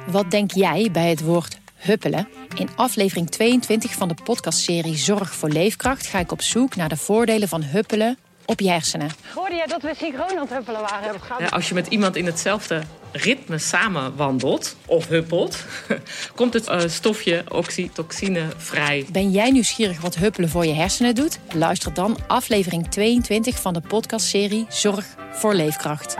Wat denk jij bij het woord huppelen? In aflevering 22 van de podcastserie Zorg voor Leefkracht ga ik op zoek naar de voordelen van huppelen op je hersenen. Hoorde jij dat we synchroon aan het huppelen waren? Ja, als je met iemand in hetzelfde ritme samen wandelt of huppelt, komt het stofje oxytocine vrij. Ben jij nieuwsgierig wat huppelen voor je hersenen doet? Luister dan aflevering 22 van de podcastserie Zorg voor Leefkracht.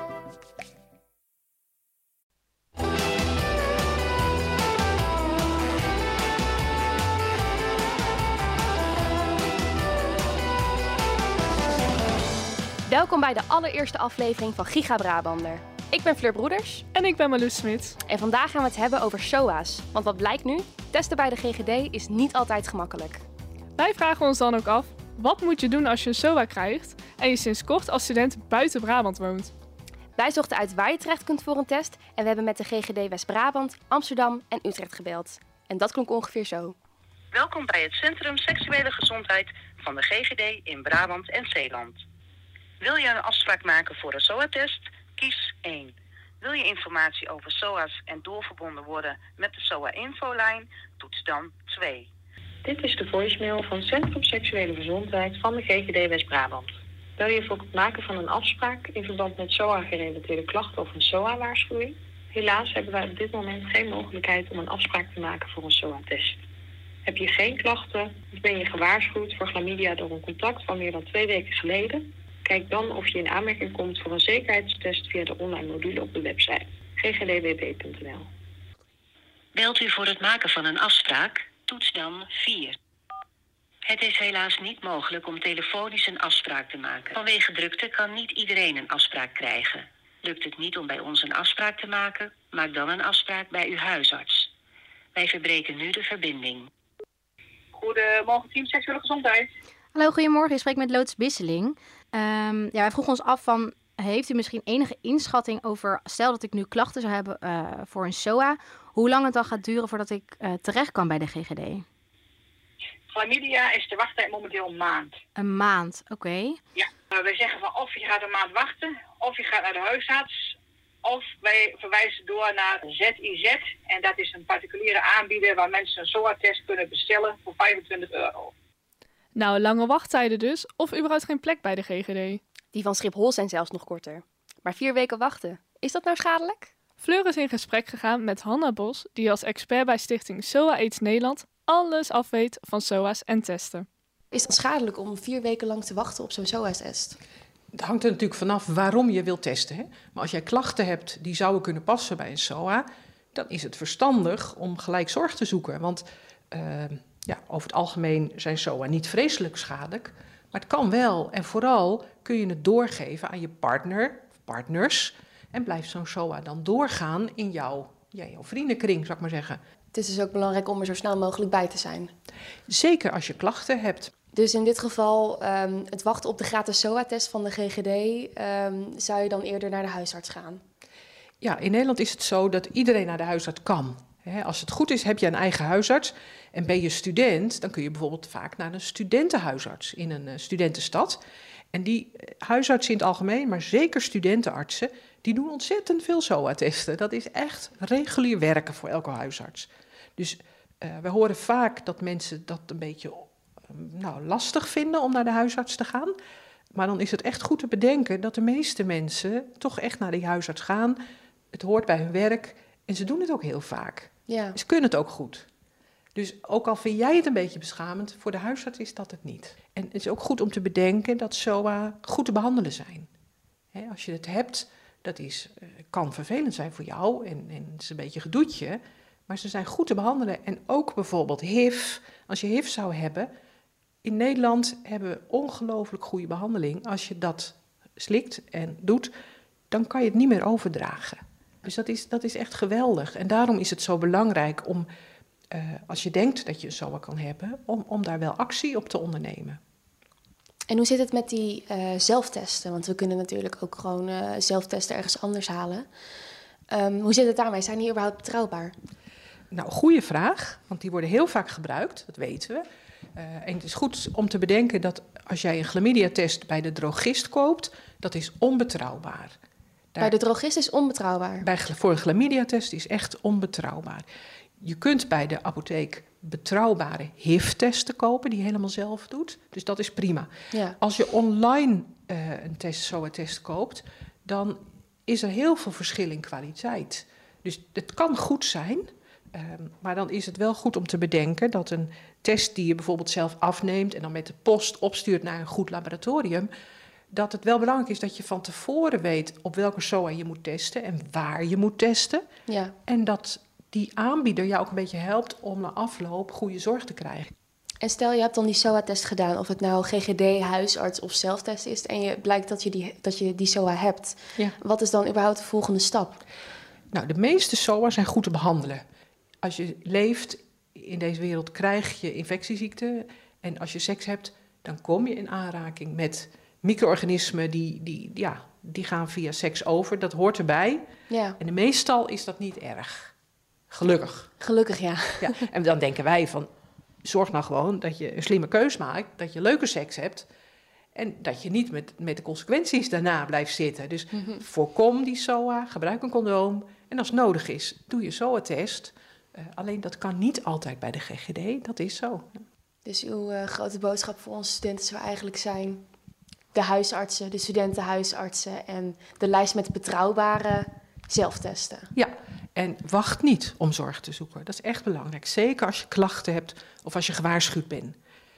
Welkom bij de allereerste aflevering van Giga Brabander. Ik ben Fleur Broeders. En ik ben Marloes Smit. En vandaag gaan we het hebben over SOA's. Want wat blijkt nu? Testen bij de GGD is niet altijd gemakkelijk. Wij vragen ons dan ook af, wat moet je doen als je een SOA krijgt en je sinds kort als student buiten Brabant woont? Wij zochten uit waar je terecht kunt voor een test en we hebben met de GGD West-Brabant, Amsterdam en Utrecht gebeld. En dat klonk ongeveer zo. Welkom bij het Centrum Seksuele Gezondheid van de GGD in Brabant en Zeeland. Wil je een afspraak maken voor een SOA-test? Kies 1. Wil je informatie over SOA's en doorverbonden worden met de SOA-infolijn? Toets dan 2. Dit is de voicemail van Centrum Seksuele Gezondheid van de GGD West-Brabant. Wil je voor het maken van een afspraak in verband met SOA-gerelateerde klachten of een SOA-waarschuwing? Helaas hebben wij op dit moment geen mogelijkheid om een afspraak te maken voor een SOA-test. Heb je geen klachten of ben je gewaarschuwd voor chlamydia door een contact van meer dan 2 weken geleden? Kijk dan of je in aanmerking komt voor een zekerheidstest via de online module op de website ggdwb.nl. Wilt u voor het maken van een afspraak? Toets dan 4. Het is helaas niet mogelijk om telefonisch een afspraak te maken. Vanwege drukte kan niet iedereen een afspraak krijgen. Lukt het niet om bij ons een afspraak te maken? Maak dan een afspraak bij uw huisarts. Wij verbreken nu de verbinding. Goedemorgen, team Seksuele Gezondheid. Hallo, goedemorgen. Ik spreek met Loods Bisseling. Wij vroegen ons af van, heeft u misschien enige inschatting over, stel dat ik nu klachten zou hebben voor een SOA, hoe lang het dan gaat duren voordat ik terecht kan bij de GGD? Chlamydia is de wachttijd momenteel een maand. Een maand, oké. Ja, wij zeggen van of je gaat een maand wachten, of je gaat naar de huisarts, of wij verwijzen door naar ZIZ. En dat is een particuliere aanbieder waar mensen een SOA-test kunnen bestellen voor €25. Nou, lange wachttijden dus, of überhaupt geen plek bij de GGD. Die van Schiphol zijn zelfs nog korter. Maar 4 weken wachten, is dat nou schadelijk? Fleur is in gesprek gegaan met Hanna Bos, die als expert bij stichting SOA AIDS Nederland alles afweet van SOA's en testen. Is het schadelijk om 4 weken lang te wachten op zo'n SOA-test? Het hangt er natuurlijk vanaf waarom je wilt testen. Hè? Maar als jij klachten hebt die zouden kunnen passen bij een SOA, dan is het verstandig om gelijk zorg te zoeken. Want over het algemeen zijn SOA niet vreselijk schadelijk, maar het kan wel. En vooral kun je het doorgeven aan je partners en blijft zo'n SOA dan doorgaan in jouw vriendenkring, zou ik maar zeggen. Het is dus ook belangrijk om er zo snel mogelijk bij te zijn. Zeker als je klachten hebt. Dus in dit geval, het wachten op de gratis SOA-test van de GGD, zou je dan eerder naar de huisarts gaan? Ja, in Nederland is het zo dat iedereen naar de huisarts kan. Als het goed is, heb je een eigen huisarts. En ben je student, dan kun je bijvoorbeeld vaak naar een studentenhuisarts in een studentenstad. En die huisartsen in het algemeen, maar zeker studentenartsen, die doen ontzettend veel SOA-testen. Dat is echt regulier werken voor elke huisarts. Dus we horen vaak dat mensen dat een beetje lastig vinden om naar de huisarts te gaan. Maar dan is het echt goed te bedenken dat de meeste mensen toch echt naar die huisarts gaan. Het hoort bij hun werk en ze doen het ook heel vaak. Ja. Ze kunnen het ook goed. Dus ook al vind jij het een beetje beschamend, voor de huisarts is dat het niet. En het is ook goed om te bedenken dat SOA goed te behandelen zijn. Als je het hebt, kan vervelend zijn voor jou en het is een beetje gedoetje, maar ze zijn goed te behandelen. En ook bijvoorbeeld HIV, als je HIV zou hebben, in Nederland hebben we ongelooflijk goede behandeling. Als je dat slikt en doet, dan kan je het niet meer overdragen. Dus dat is echt geweldig. En daarom is het zo belangrijk om, als je denkt dat je een SOA kan hebben, om daar wel actie op te ondernemen. En hoe zit het met die zelftesten? Want we kunnen natuurlijk ook gewoon zelftesten ergens anders halen. Hoe zit het daarmee? Zijn die überhaupt betrouwbaar? Nou, goede vraag, want die worden heel vaak gebruikt, dat weten we. En het is goed om te bedenken dat als jij een chlamydia-test bij de drogist koopt, dat is onbetrouwbaar. Bij de drogist is onbetrouwbaar? Voor een chlamydia-test is echt onbetrouwbaar. Je kunt bij de apotheek betrouwbare HIV-testen kopen die je helemaal zelf doet. Dus dat is prima. Ja. Als je online een SOA-test koopt, dan is er heel veel verschil in kwaliteit. Dus het kan goed zijn, maar dan is het wel goed om te bedenken dat een test die je bijvoorbeeld zelf afneemt en dan met de post opstuurt naar een goed laboratorium, dat het wel belangrijk is dat je van tevoren weet op welke SOA je moet testen en waar je moet testen. Ja. En dat die aanbieder jou ook een beetje helpt om na afloop goede zorg te krijgen. En stel je hebt dan die SOA-test gedaan, of het nou GGD, huisarts of zelftest is, en je blijkt dat je die SOA hebt. Ja. Wat is dan überhaupt de volgende stap? Nou, de meeste SOA's zijn goed te behandelen. Als je leeft in deze wereld krijg je infectieziekten. En als je seks hebt, dan kom je in aanraking met micro-organismen die gaan via seks over. Dat hoort erbij. Ja. En meestal is dat niet erg. Gelukkig. Gelukkig, ja. Ja. En dan denken wij van, zorg nou gewoon dat je een slimme keus maakt, dat je leuke seks hebt en dat je niet met de consequenties daarna blijft zitten. Dus voorkom die SOA, gebruik een condoom en als het nodig is, doe je SOA-test. Alleen dat kan niet altijd bij de GGD, dat is zo. Dus uw grote boodschap voor onze studenten zou eigenlijk zijn de huisartsen, de studentenhuisartsen en de lijst met betrouwbare zelftesten. Ja, en wacht niet om zorg te zoeken. Dat is echt belangrijk. Zeker als je klachten hebt of als je gewaarschuwd bent.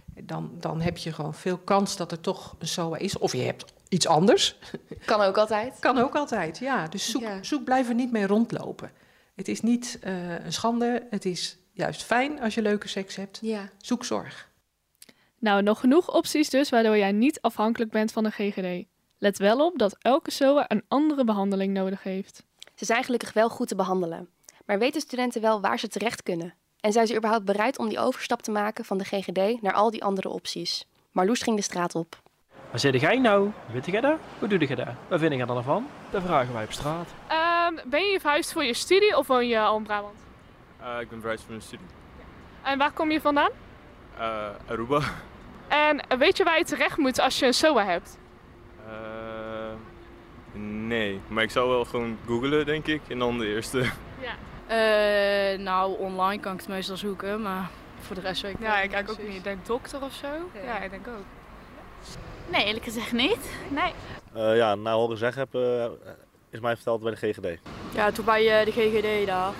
Dan heb je gewoon veel kans dat er toch een SOA is. Of je hebt iets anders. Kan ook altijd. Kan ook altijd, ja. Dus blijf er niet mee rondlopen. Het is niet een schande. Het is juist fijn als je leuke seks hebt. Ja. Zoek zorg. Nou, nog genoeg opties dus, waardoor jij niet afhankelijk bent van de GGD. Let wel op dat elke SOA een andere behandeling nodig heeft. Ze zijn gelukkig wel goed te behandelen. Maar weten studenten wel waar ze terecht kunnen? En zijn ze überhaupt bereid om die overstap te maken van de GGD naar al die andere opties? Marloes ging de straat op. Waar zit jij nou? Weet jij dat? Hoe doe je dat? Wat vind je er dan van? Dat vragen wij op straat. Ben je verhuisd voor je studie of woon je al in Brabant? Ik ben verhuisd voor mijn studie. En waar kom je vandaan? Aruba. En weet je waar je terecht moet als je een SOA hebt? Nee, maar ik zou wel gewoon googlen, denk ik. En dan de eerste. Ja. Nou, online kan ik het meestal zoeken, maar voor de rest weet ik Ja, ik kijk ook niet. Ik denk dokter of zo. Ja, ik denk ook. Nee, eerlijk gezegd niet. Nee. Nou horen zeggen is mij verteld bij de GGD. Ja, toen bij de GGD daar.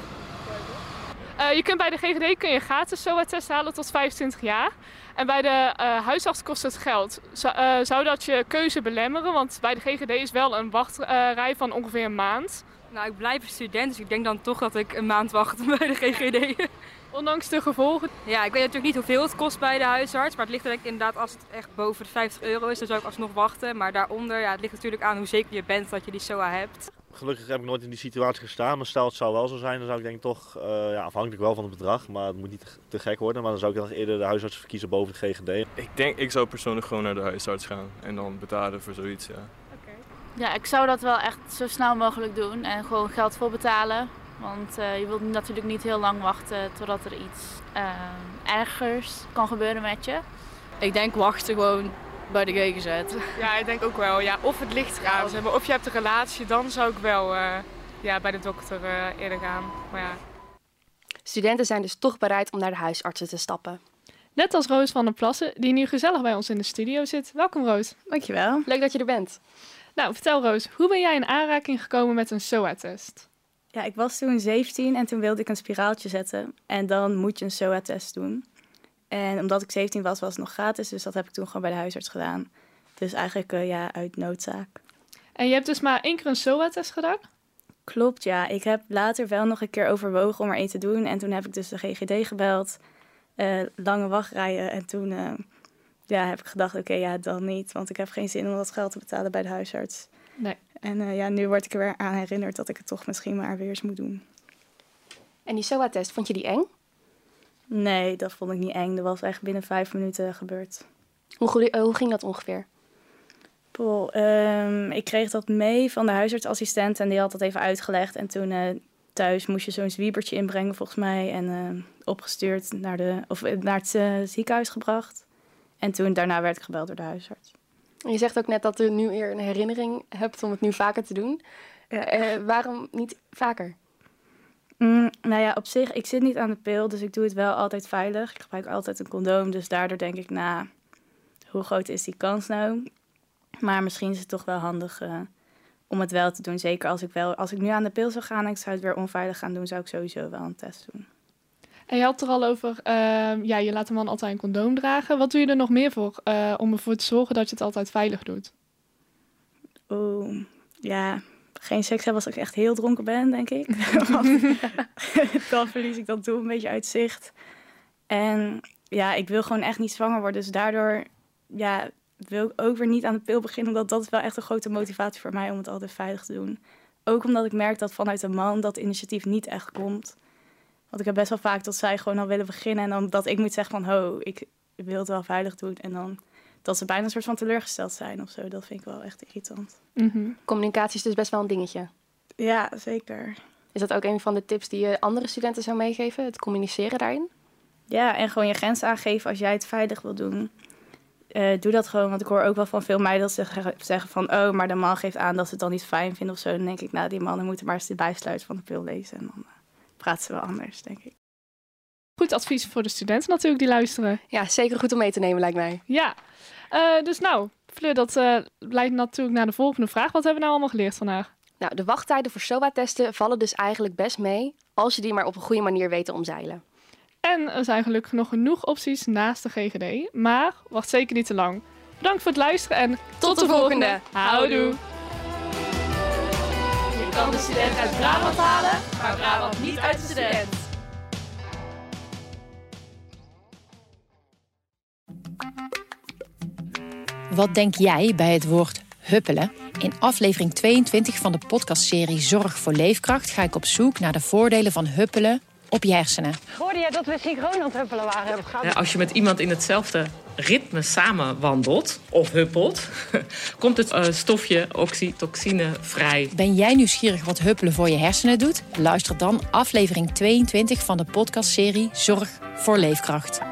Je kunt bij de GGD gratis SOA-test halen tot 25 jaar. En bij de huisarts kost het geld. Zou dat je keuze belemmeren? Want bij de GGD is wel een wachtrij van ongeveer een maand. Nou, ik blijf student, dus ik denk dan toch dat ik een maand wacht bij de GGD. Ondanks de gevolgen? Ja, ik weet natuurlijk niet hoeveel het kost bij de huisarts. Maar het ligt er inderdaad, als het echt boven de €50 is, dan zou ik alsnog wachten. Maar daaronder, het ligt natuurlijk aan hoe zeker je bent dat je die SOA hebt. Gelukkig heb ik nooit in die situatie gestaan. Maar stel het zou wel zo zijn, dan zou ik denk ik toch, afhankelijk wel van het bedrag. Maar het moet niet te gek worden. Maar dan zou ik dan eerder de huisarts verkiezen boven de GGD. Ik zou persoonlijk gewoon naar de huisarts gaan. En dan betalen voor zoiets, ja. Ja, ik zou dat wel echt zo snel mogelijk doen en gewoon geld voor betalen. Want je wilt natuurlijk niet heel lang wachten totdat er iets ergers kan gebeuren met je. Ik denk wachten gewoon bij de GGZ. Ja, ik denk ook wel. Ja, of het ligt eraan. Ja, of je hebt een relatie, dan zou ik wel bij de dokter eerder gaan. Maar ja. Studenten zijn dus toch bereid om naar de huisartsen te stappen. Net als Roos van der Plassen, die nu gezellig bij ons in de studio zit. Welkom Roos. Dankjewel. Leuk dat je er bent. Nou, vertel Roos, hoe ben jij in aanraking gekomen met een SOA-test? Ja, ik was toen 17 en toen wilde ik een spiraaltje zetten. En dan moet je een SOA-test doen. En omdat ik 17 was het nog gratis, dus dat heb ik toen gewoon bij de huisarts gedaan. Dus eigenlijk uit noodzaak. En je hebt dus maar 1 keer een SOA-test gedaan? Klopt, ja. Ik heb later wel nog een keer overwogen om er 1 te doen. En toen heb ik dus de GGD gebeld. Lange wachtrijen. En toen heb ik gedacht, oké, dan niet. Want ik heb geen zin om dat geld te betalen bij de huisarts. Nee. En nu word ik er weer aan herinnerd dat ik het toch misschien maar weer eens moet doen. En die SOA-test, vond je die eng? Nee, dat vond ik niet eng. Dat was echt binnen 5 minuten gebeurd. Hoe ging dat ongeveer? Ik kreeg dat mee van de huisartsassistent en die had dat even uitgelegd. En toen thuis moest je zo'n zwiebertje inbrengen volgens mij. En opgestuurd naar het ziekenhuis gebracht. En toen daarna werd ik gebeld door de huisarts. Je zegt ook net dat je nu weer een herinnering hebt om het nu vaker te doen. Waarom niet vaker? Nou ja, op zich, ik zit niet aan de pil, dus ik doe het wel altijd veilig. Ik gebruik altijd een condoom, dus daardoor denk ik, hoe groot is die kans nou? Maar misschien is het toch wel handig om het wel te doen. Zeker als ik nu aan de pil zou gaan en ik zou het weer onveilig gaan doen, zou ik sowieso wel een test doen. En je had er al over, je laat de man altijd een condoom dragen. Wat doe je er nog meer voor om ervoor te zorgen dat je het altijd veilig doet? Geen seks hebben als ik echt heel dronken ben, denk ik. Dan verlies ik dat doel een beetje uit zicht. En ik wil gewoon echt niet zwanger worden. Dus daardoor wil ik ook weer niet aan de pil beginnen. Omdat dat is wel echt een grote motivatie voor mij om het altijd veilig te doen. Ook omdat ik merk dat vanuit een man dat initiatief niet echt komt. Want ik heb best wel vaak dat zij gewoon al willen beginnen. En dan dat ik moet zeggen van, ik wil het wel veilig doen. En dan dat ze bijna een soort van teleurgesteld zijn of zo. Dat vind ik wel echt irritant. Mm-hmm. Communicatie is dus best wel een dingetje. Ja, zeker. Is dat ook een van de tips die je andere studenten zou meegeven? Het communiceren daarin? Ja, en gewoon je grenzen aangeven als jij het veilig wil doen. Doe dat gewoon, want ik hoor ook wel van veel meiden dat ze zeggen van, maar de man geeft aan dat ze het dan niet fijn vinden of zo. Dan denk ik, die mannen moeten maar eens de bijsluit van de pil lezen. En dan praten ze wel anders, denk ik. Goed advies voor de studenten natuurlijk die luisteren. Ja, zeker goed om mee te nemen, lijkt mij. Ja, dus Fleur, dat leidt natuurlijk naar de volgende vraag. Wat hebben we nou allemaal geleerd vandaag? Nou, de wachttijden voor SOA-testen vallen dus eigenlijk best mee, als je die maar op een goede manier weet te omzeilen. En er zijn gelukkig nog genoeg opties naast de GGD, maar wacht zeker niet te lang. Bedankt voor het luisteren en tot de volgende. Houdoe! Je kan de student uit Brabant halen, maar Brabant niet uit de student. Wat denk jij bij het woord huppelen? In aflevering 22 van de podcastserie Zorg voor Leefkracht ga ik op zoek naar de voordelen van huppelen op je hersenen. Hoorde jij dat we synchroon aan het huppelen waren? Ja, als je met iemand in hetzelfde ritme samen wandelt of huppelt, komt het stofje oxytocine vrij. Ben jij nieuwsgierig wat huppelen voor je hersenen doet? Luister dan aflevering 22 van de podcastserie Zorg voor Leefkracht.